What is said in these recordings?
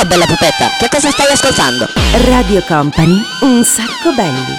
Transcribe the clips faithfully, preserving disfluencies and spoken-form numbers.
Ciao bella pupetta, che cosa stai ascoltando? Radio Company, un sacco belli.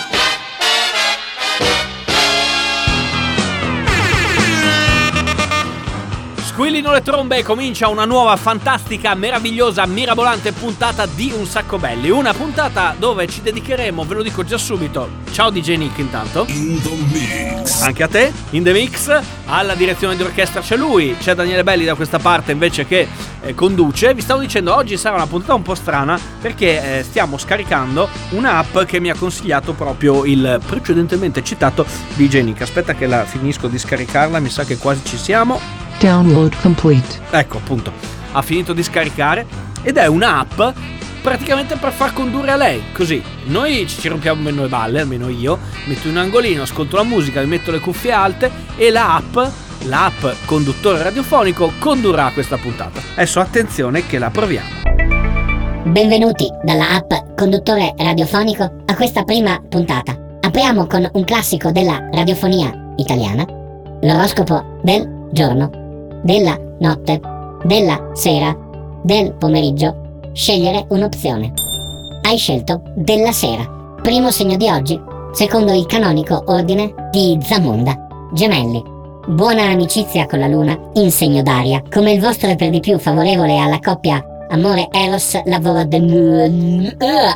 Squillino le trombe e comincia una nuova, fantastica, meravigliosa, mirabolante puntata di Un Sacco Belli. Una puntata dove ci dedicheremo, ve lo dico già subito. Ciao D J Nick intanto. In the mix. Anche a te, in the mix. Alla direzione di orchestra c'è lui, c'è Daniele Belli da questa parte invece che eh, conduce. Vi stavo dicendo, oggi sarà una puntata un po' strana perché eh, stiamo scaricando un'app che mi ha consigliato proprio il precedentemente citato D J Nick. Aspetta che la finisco di scaricarla, mi sa che quasi ci siamo. Download complete. Ecco, appunto, ha finito di scaricare ed è un'app praticamente per far condurre a lei. Così noi ci rompiamo meno le balle, almeno io metto in un angolino, ascolto la musica, mi metto le cuffie alte e l'app, l'app conduttore radiofonico condurrà questa puntata. Adesso attenzione che la proviamo. Benvenuti dalla app conduttore radiofonico a questa prima puntata. Apriamo con un classico della radiofonia italiana, l'oroscopo del giorno, della notte, della sera, del pomeriggio. Scegliere un'opzione. Hai scelto della sera. Primo segno di oggi, secondo il canonico ordine di Zamunda. Gemelli. Buona amicizia con la luna in segno d'aria. Come il vostro è per di più favorevole alla coppia amore eros, lavoro del...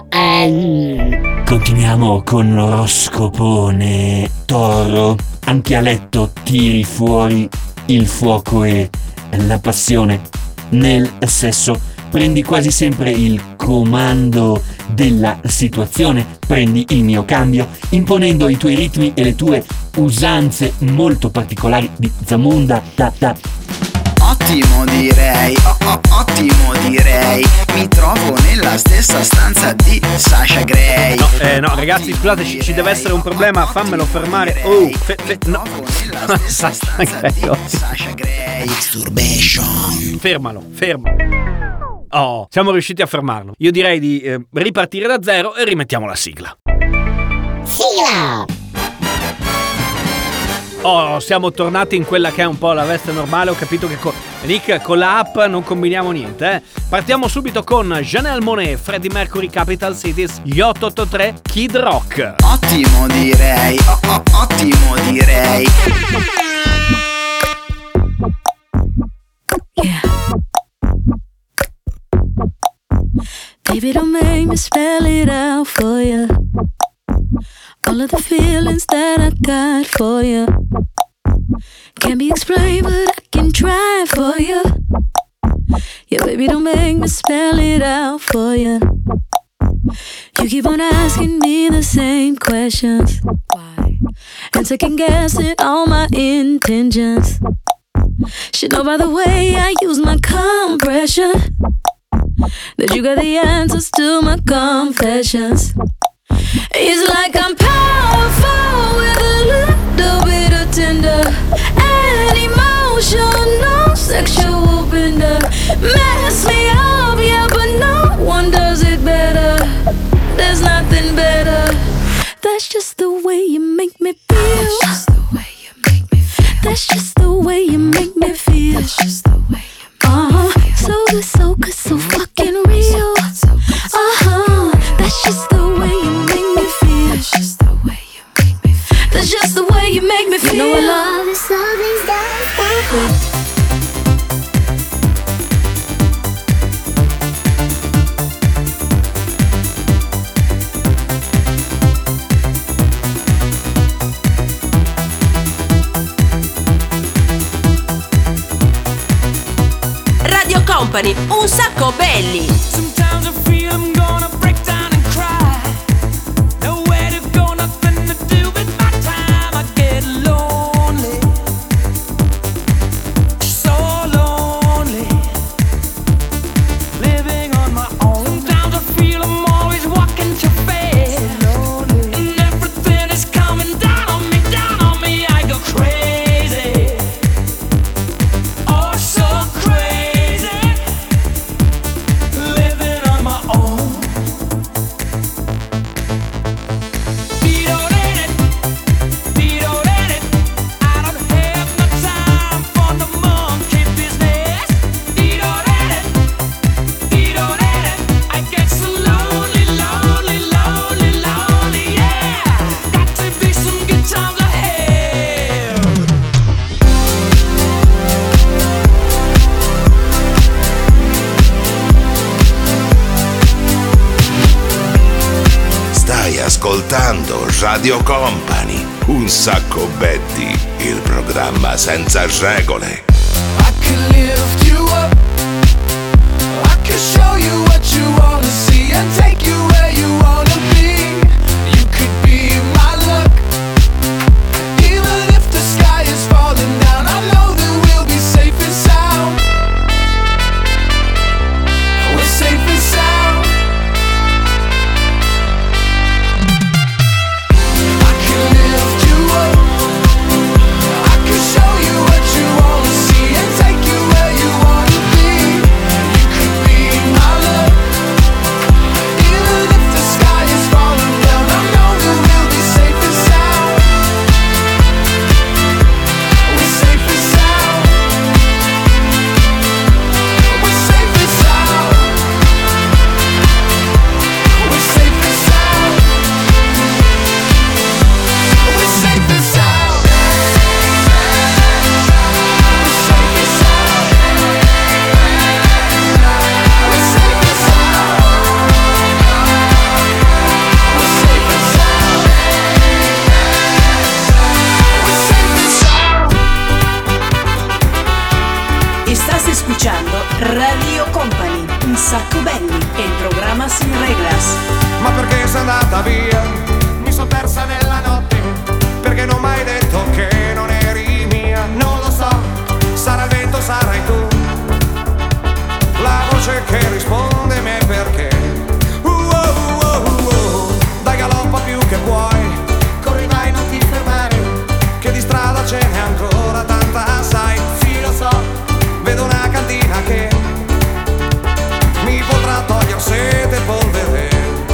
Continuiamo con l'oroscopone. Toro. Anche a letto tiri fuori il fuoco e la passione. Nel sesso prendi quasi sempre il comando della situazione, prendi il mio cambio, imponendo i tuoi ritmi e le tue usanze molto particolari di Zamunda. Da, da. Ottimo direi, oh, oh, ottimo direi, mi trovo nella stessa stanza di Sasha Grey. No, eh, no ragazzi, scusate, ci, ci deve essere un problema, fammelo fermare. Oh, fe, fe, no. Sasha Grey. Masturbation. Fermalo, fermalo. Oh, siamo riusciti a fermarlo. Io direi di eh, ripartire da zero e rimettiamo la sigla. Sigla! Oh, siamo tornati in quella che è un po' la veste normale. Ho capito che con Nick, con la app non combiniamo niente, eh. Partiamo subito con Janelle Monáe, Freddie Mercury, Capital Cities, gli otto otto tre, Kid Rock. Ottimo direi, oh, oh, ottimo direi. Yeah. Baby, don't make me spell it out for you. All of the feelings that I got for you can't be explained, but I can try for you. Yeah, baby, don't make me spell it out for you. You keep on asking me the same questions. Why? And second guessing all my intentions. Should know by the way I use my compression that you got the answers to my confessions. It's like I'm powerful with a little bit of tender and emotional, sexual bender. Mess me up, yeah, but no one does it better. There's nothing better. That's just the way you make me feel. That's just the way you make me feel. That's just the way you make me feel. That's just the way you make uh-huh. me feel. So good, so good, so fucking real. Uh-huh. That's just the way you make me feel. That's just the way you make me feel. That's just the way you make me feel. You know I love this, love these guys. Radio Company, un sacco belli. Sometimes I feel I'm gonna break down and cry. Nowhere to go, nothing to do with my time. I get lonely, so lonely, living on my own. Sometimes I feel I'm always walking too fast, and everything is coming down on me, down on me. I go crazy, oh so crazy. Living on my own. ascoltando Radio Company, un sacco belli, il programma senza regole. I can lift you up, I can show you what you wanna see and take you where you wanna be. You could be my luck, even if the sky is falling down, I know that we'll be safe and sound. We're safe and sound. I can lift you up, I can show you what you wanna see and take you where you wanna be. You could be my love, even if the sky is falling down, I know that we'll be safe and sound. We're safe and sound. We're safe and sound. We're safe and sound. We're safe and sound. Estás escuchando Radio Company, un sacco belli, el programa sin reglas. Ma perché sei andata via? Mi son persa nella notte, perché non m'hai detto che non eri mia. Non lo so, sarà il vento, sarai tu, la voce che risponde me perché. Uh, uh, uh, uh, uh. Dai galoppa più che puoi, corri vai non ti fermare, che di strada ce n'è ancora tanta, sai. Sì lo so, vedo una cantina che mi potrà togliere sete e polvere.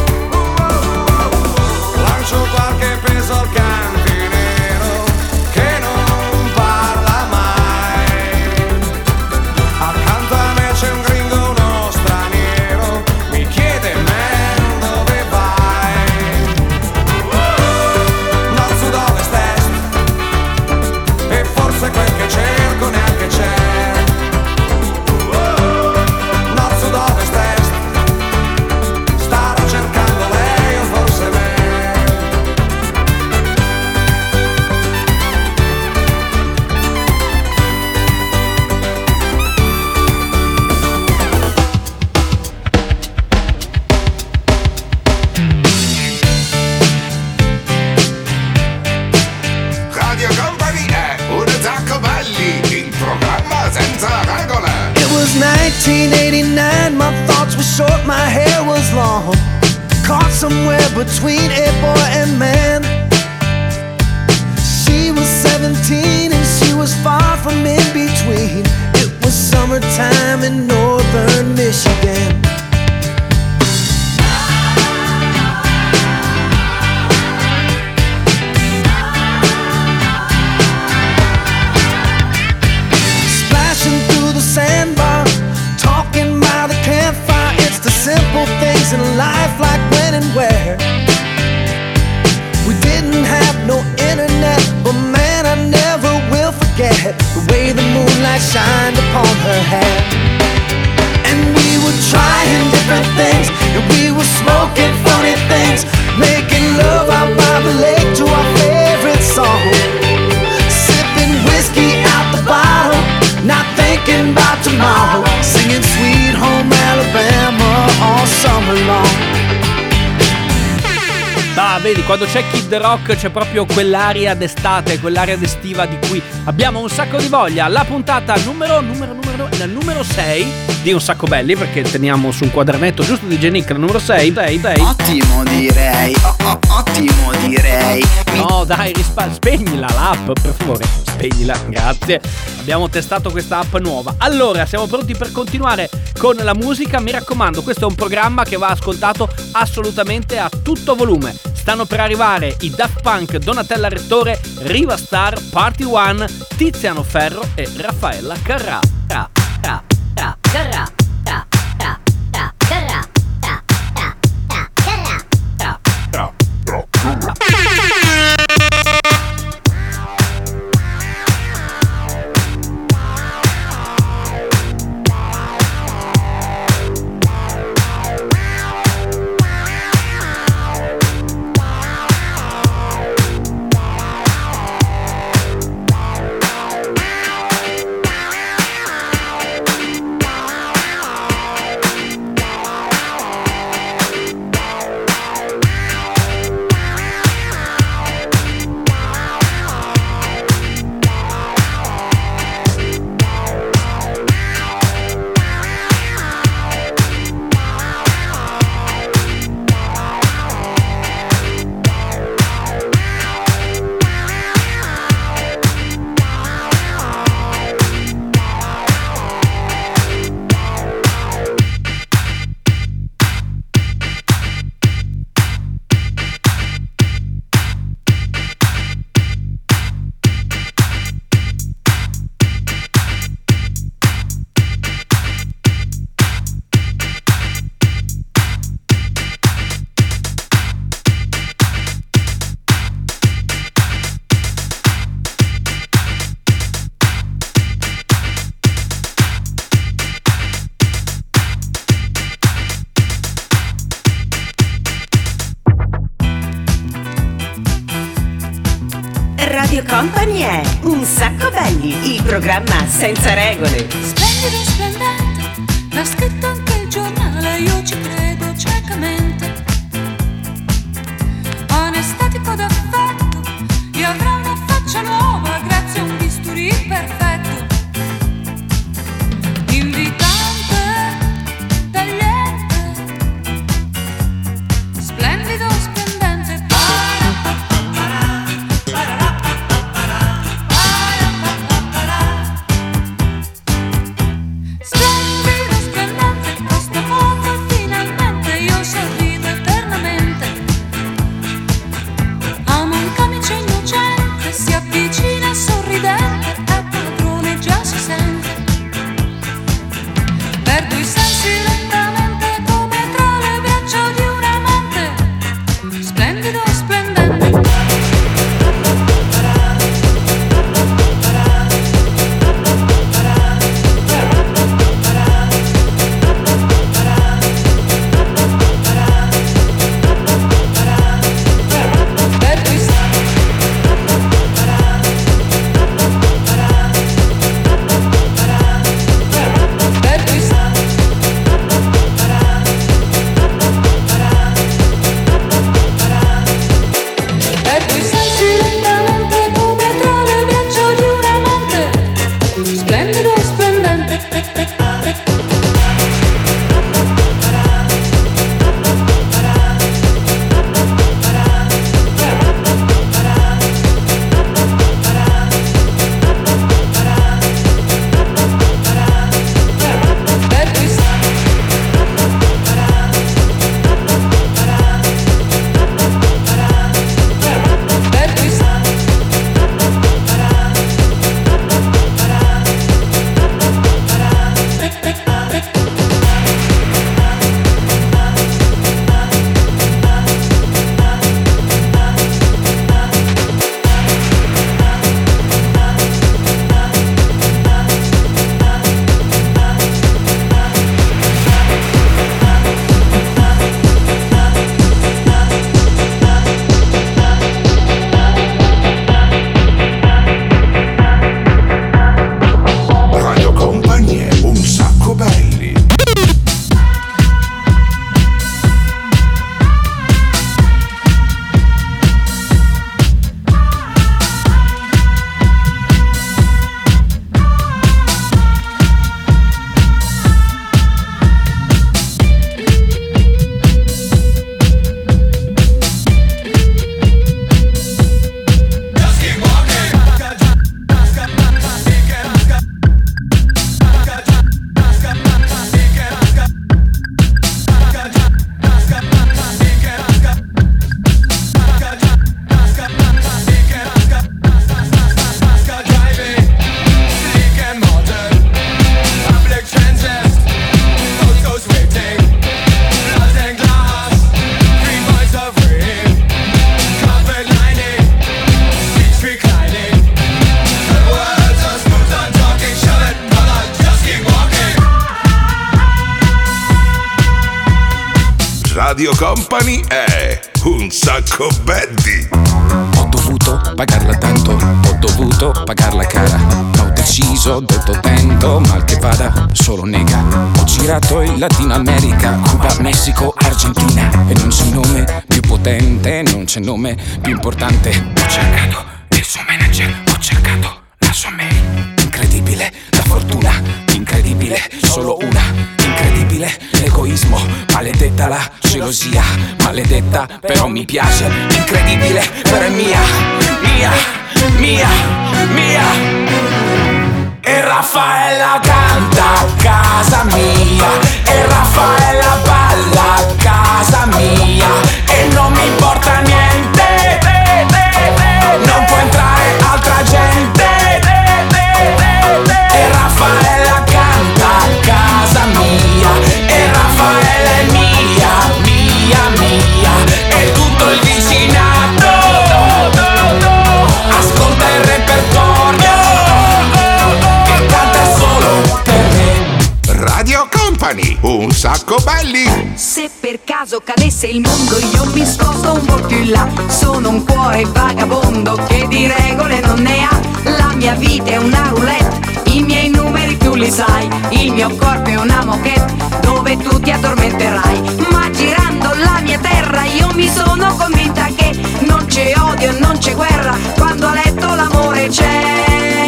Lancio qualche peso al cantinero che non parla mai. Accanto a me c'è un gringo, uno straniero, mi chiede man dove vai. Nord, sud, ovest, est, e forse quel che cerco neanche c'è. Nord, sud, ovest, est, starò cercando lei o forse me. Radio Company è un sacco belli, il programma senza regole. It was nineteen eighty-nine, my thoughts were short, my hair was long, caught somewhere between a boy and man. She was seventeen and she was far from in between. It was summertime in northern Michigan. Splashing through the sandbar, talking by the campfire. It's the simple things in life, like when and where. We didn't have no internet, but man, I never will forget the way the moonlight shined upon her hair. And we were trying different things, and we were smoking funny things, making love out by the lake to our favorite song, sipping whiskey out the bottle, not thinking about tomorrow, singing Sweet Home Alabama all summer long. Ah, vedi, quando c'è Kid Rock c'è proprio quell'aria d'estate, quell'aria d'estiva di cui abbiamo un sacco di voglia. La puntata numero, numero, numero, la numero sei di Un Sacco Belli, perché teniamo su un quadernetto giusto di Genic, la numero sei, sei, sei. Ottimo direi, oh, oh, ottimo direi. No dai, rispa- spegnila l'app, per favore, spegnila, grazie. Abbiamo testato questa app nuova. Allora, siamo pronti per continuare con la musica. Mi raccomando, questo è un programma che va ascoltato assolutamente a tutto volume. Stanno per arrivare i Daft Punk, Donatella Rettore, Riva Star, Party One, Tiziano Ferro e Raffaella Carrà. Carrà, Carrà, Carrà, Carrà, Carrà, Carrà, Carrà, Carrà, Carrà, Carrà, Carrà. Radio Company è Un Sacco Belli, il programma senza regole. Splendido, splendente, l'ha scritto anche il giornale, io ci credo ciecamente. Anestetico d'affetto, io avrò una faccia nuova grazie a un bisturi perfetto. Invitante, tagliente, splendido, splendente. Splendido, splendente, costa poco e finalmente io sorrido eternamente. Amo un camice innocente, si avvicina sorridente, è padrone, già si sente. Perdo i sensi lentamente come tra le braccia di un amante. Splendido, splendente. Perdo i Perdo i Perdo i sensi lentamente come tra le braccia di un amante. Splendido, splendente. Perdo i Perdo i Radio Company è Un Sacco Belli. Radio Company è Un Sacco Belli. Ho dovuto pagarla tanto, ho dovuto pagarla cara, ma ho deciso, ho detto tento, mal che vada, solo nega. Ho girato il Latino America, Cuba, Messico, Argentina, e non c'è nome più potente, non c'è nome più importante. Ho cercato il suo manager, ho cercato la sua mail. Incredibile la fortuna, incredibile solo una, incredibile l'egoismo, maledetta la gelosia, maledetta però mi piace, incredibile però è mia, mia, mia, mia. E Raffaella canta a casa mia, e Raffaella balla a casa mia, e non mi importa niente, non può entrare altra gente. E Raffaella canta a casa mia, e Raffaella è mia, mia, mia, e tutto il vicinato ascolta il repertorio che canta solo per me. Radio Company, un sacco belli. Se per caso cadesse il mondo io mi sposto un po' più in là. Sono un cuore vagabondo che di regole non ne ha. La mia vita è una roulette, i miei numeri tu li sai. Il mio corpo è una moquette dove tu ti addormenterai. Ma girando la mia terra io mi sono convinta che non c'è odio, non c'è guerra, quando a letto l'amore c'è.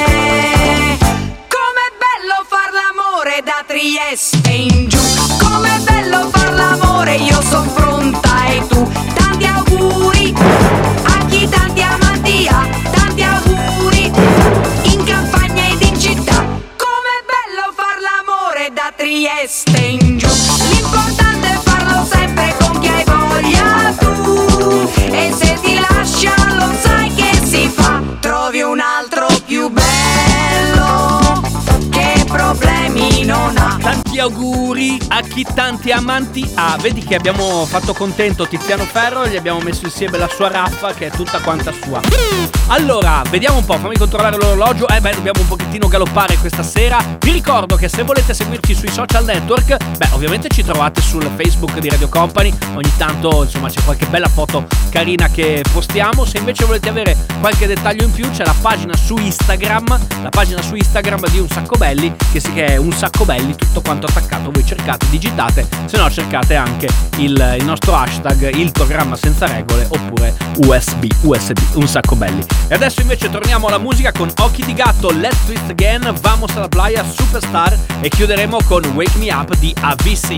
Com'è bello far l'amore da Trieste in giù. Com'è bello far l'amore, io son pronta e tu. Tanti auguri a chi tanti amanti ha. Tanti auguri in campagna ed in città. Com'è bello far l'amore da Trieste in giù. L'importante è farlo sempre con chi hai voglia tu. E se ti lascia lo sai che si fa. Trovi un altro più bello che problemi non ha. Tanti auguri a chi tanti amanti ha. Vedi che abbiamo fatto contento Tiziano Ferro e gli abbiamo messo insieme la sua raffa che è tutta quanta sua. Allora, vediamo un po', fammi controllare l'orologio. Eh beh, dobbiamo un pochettino galoppare questa sera. Vi ricordo che se volete seguirci sui social network, beh, ovviamente ci trovate sul Facebook di Radio Company. Ogni tanto, insomma, c'è qualche bella foto carina che postiamo. Se invece volete avere qualche dettaglio in più, c'è la pagina su Instagram, la pagina su Instagram di Un Sacco Belli, che si che è Un Sacco Belli, tutto quanto attaccato. Voi cercate, digitate, se no cercate anche il, il nostro hashtag, il programma senza regole, oppure U S B, U S B, Un Sacco Belli. E adesso invece torniamo alla musica con Occhi di Gatto, Let's Twist Again, Vamos a la Playa, Superstar, e chiuderemo con Wake Me Up di A V C.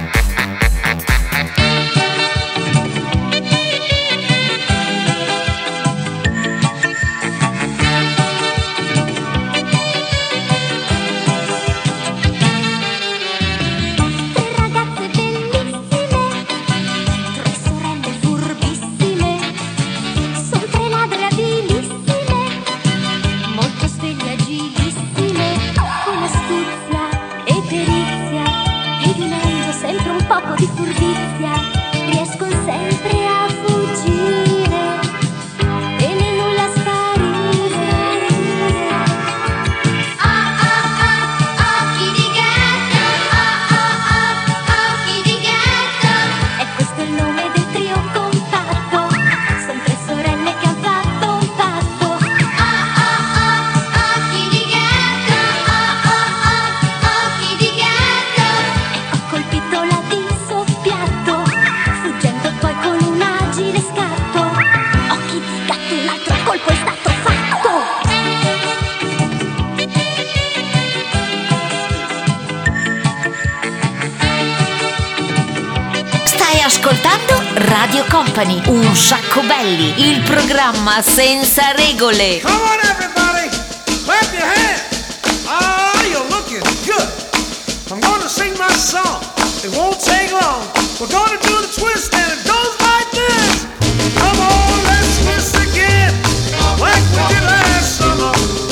Ascoltando Radio Company, Un Sacco Belli, il programma senza regole. Come on everybody, clap your hands. Oh, you're looking good. I'm gonna sing my song. It won't take long. We're gonna do the twist and it goes like this. Come on, let's twist again, like we did last summer.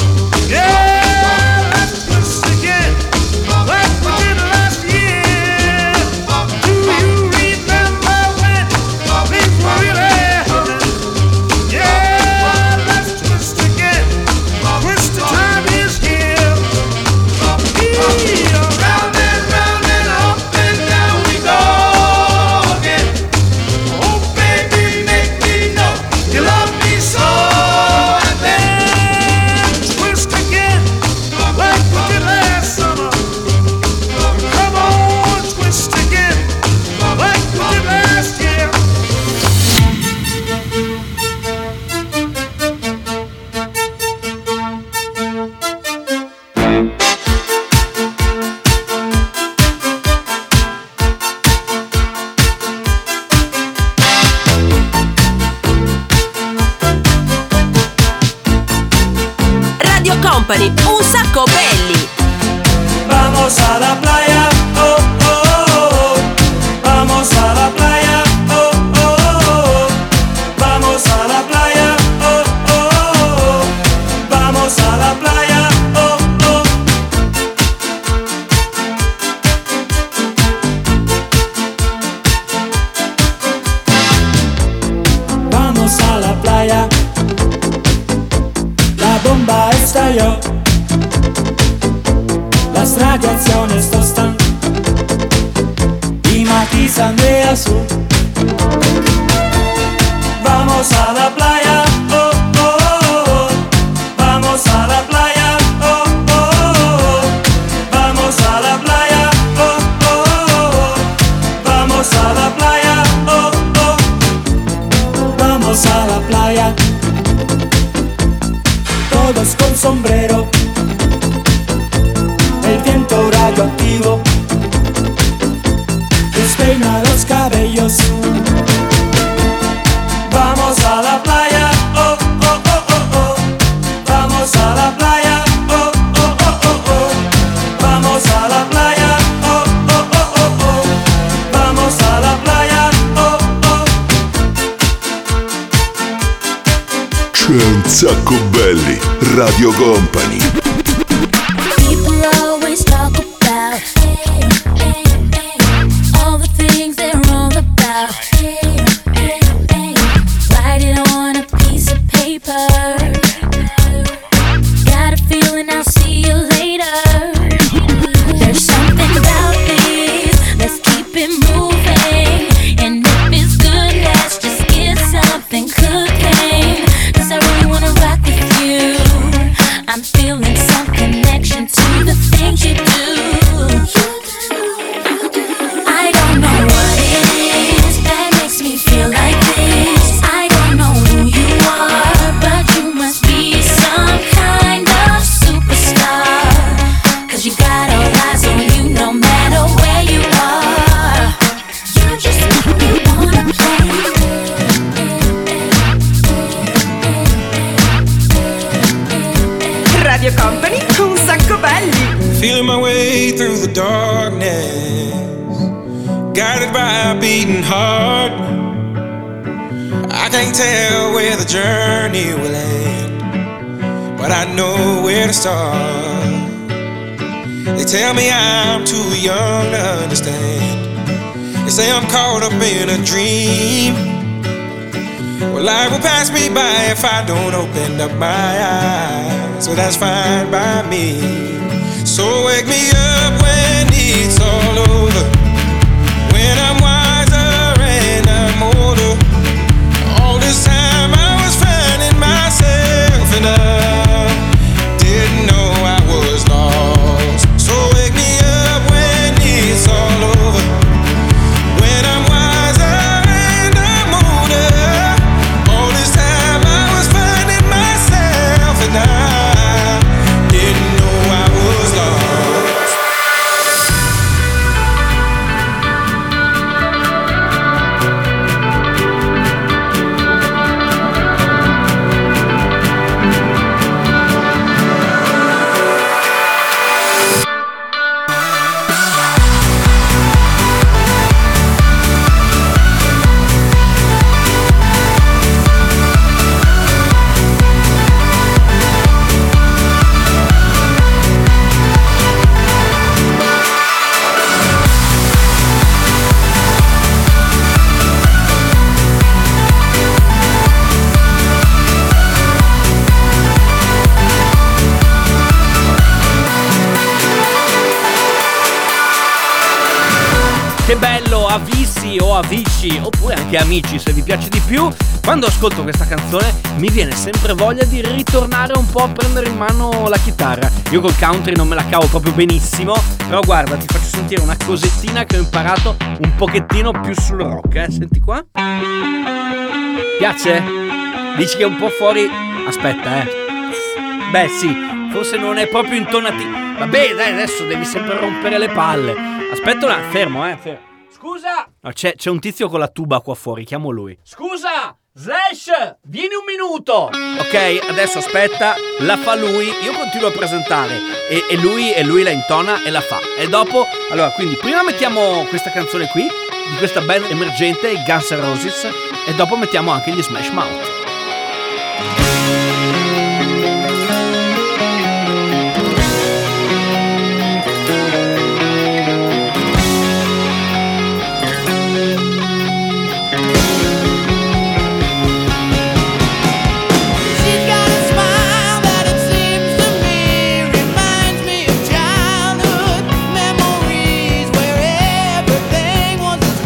Yeah, let's twist again, like we did last year. Do you remember when things were really humming? Yeah, let's twist again. Twist the time is here. Yeah, round and round and up and down we go again. Oh baby, make me know you love me so. And then twist again, like we did last summer. Come on, twist again, like we did last year. Radio Company, Un Sacco Belli. Vamos a la playa, oh oh oh. Vamos a la playa, oh oh oh. Vamos a la playa, oh oh oh. Vamos a la playa, oh oh. Vamos a la playa. La bomba estalló. Las radiaciones tostan matizando azul. Vamos a la playa, oh, oh, oh, oh. Vamos a la playa, oh, oh, oh, oh. Vamos a la playa, oh, oh, oh, oh. Vamos a la playa, oh, oh. Vamos a la playa. Todos con sombrero, el viento radioactivo despeina los cabellos. Vamos a la playa, oh, oh, oh, oh, oh. Vamos a la playa, oh, oh, oh, oh, oh. Vamos a la playa, oh, oh, oh, oh, oh. Vamos a la playa, oh, oh. C'è un sacco belli, Radio Company. People always talk about all the things they're wrong about. Write it on a piece of paper. Got a feeling I'll see you later. There's something about this, let's keep it moving. And if it's good, let's just get something cooking. Cause I really wanna rock with you. I'm feeling some connection to the things you do. I don't know what it is that makes me feel like this. I don't know who you are, but you must be some kind of superstar. Cause you got all eyes on you no matter where you are. You just make me wanna play. Radio Company, un sacco belli. Feeling my way through the darkness, guided by a beating heart. I can't tell where the journey will end, but I know where to start. They tell me I'm too young to understand. They say I'm caught up in a dream. Well, life will pass me by if I don't open up my eyes. So that's fine by me. So wake me up when it's all over, when I'm wiser and I'm older. All this time I was finding myself and I didn't know I was lost. So wake me up when it's all over, when I'm wiser and I'm older. All this time I was finding myself and I didn't know I was lost. Che bello, Avisi o Avicii, oppure anche Amici se vi piace di più. Quando ascolto questa canzone mi viene sempre voglia di ritornare un po' a prendere in mano la chitarra. Io col country non me la cavo proprio benissimo, però guarda, ti faccio sentire una cosettina che ho imparato un pochettino più sul rock, eh. Senti qua. Piace? Dici che è un po' fuori? Aspetta, eh. Beh sì, forse non è proprio intonativo. Vabbè dai, adesso devi sempre rompere le palle. Aspetta una, fermo eh, fermo. Scusa! No, c'è, c'è un tizio con la tuba qua fuori, chiamo lui. Scusa! Slash! Vieni un minuto! Ok, adesso aspetta, la fa lui, io continuo a presentare e, e, lui, e lui la intona e la fa. E dopo, allora, quindi prima mettiamo questa canzone qui, di questa band emergente, i Guns N' Roses, e dopo mettiamo anche gli Smash Mouth. Memories where everything was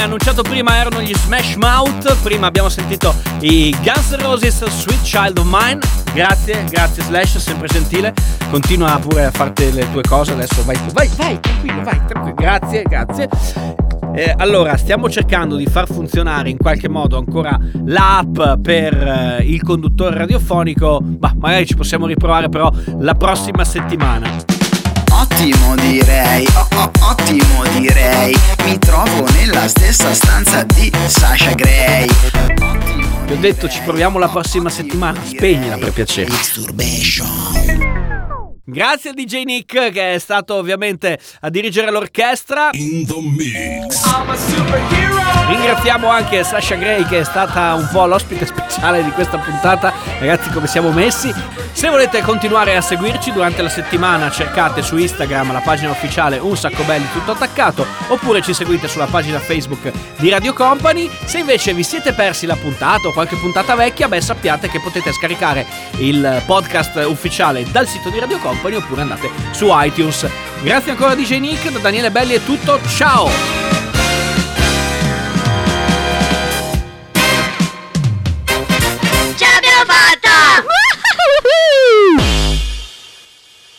annunciato prima erano gli Smash Mouth, prima abbiamo sentito i Guns N' Roses Sweet Child of Mine. Grazie, grazie Slash, sempre gentile. Continua pure a farti le tue cose, adesso vai, vai, vai, tranquillo, vai, tranquillo. Grazie, grazie. Eh, allora, stiamo cercando di far funzionare in qualche modo ancora l'app per eh, il conduttore radiofonico, ma magari ci possiamo riprovare però la prossima settimana. Ottimo direi, oh, oh, ottimo direi, mi trovo nella stessa stanza di Sasha Grey. Vi ho detto ci proviamo la prossima settimana, spegnila per piacere. Grazie a D J Nick che è stato ovviamente a dirigere l'orchestra. In the mix. I'm a superhero. Ringraziamo anche Sasha Grey che è stata un po' l'ospite speciale di questa puntata. Ragazzi, come siamo messi? Se volete continuare a seguirci durante la settimana, cercate su Instagram la pagina ufficiale Un Sacco Belli tutto attaccato, oppure ci seguite sulla pagina Facebook di Radio Company. Se invece vi siete persi la puntata o qualche puntata vecchia, beh, sappiate che potete scaricare il podcast ufficiale dal sito di Radio Company oppure andate su iTunes. Grazie ancora a D J Nick, da Daniele Belli è tutto, ciao!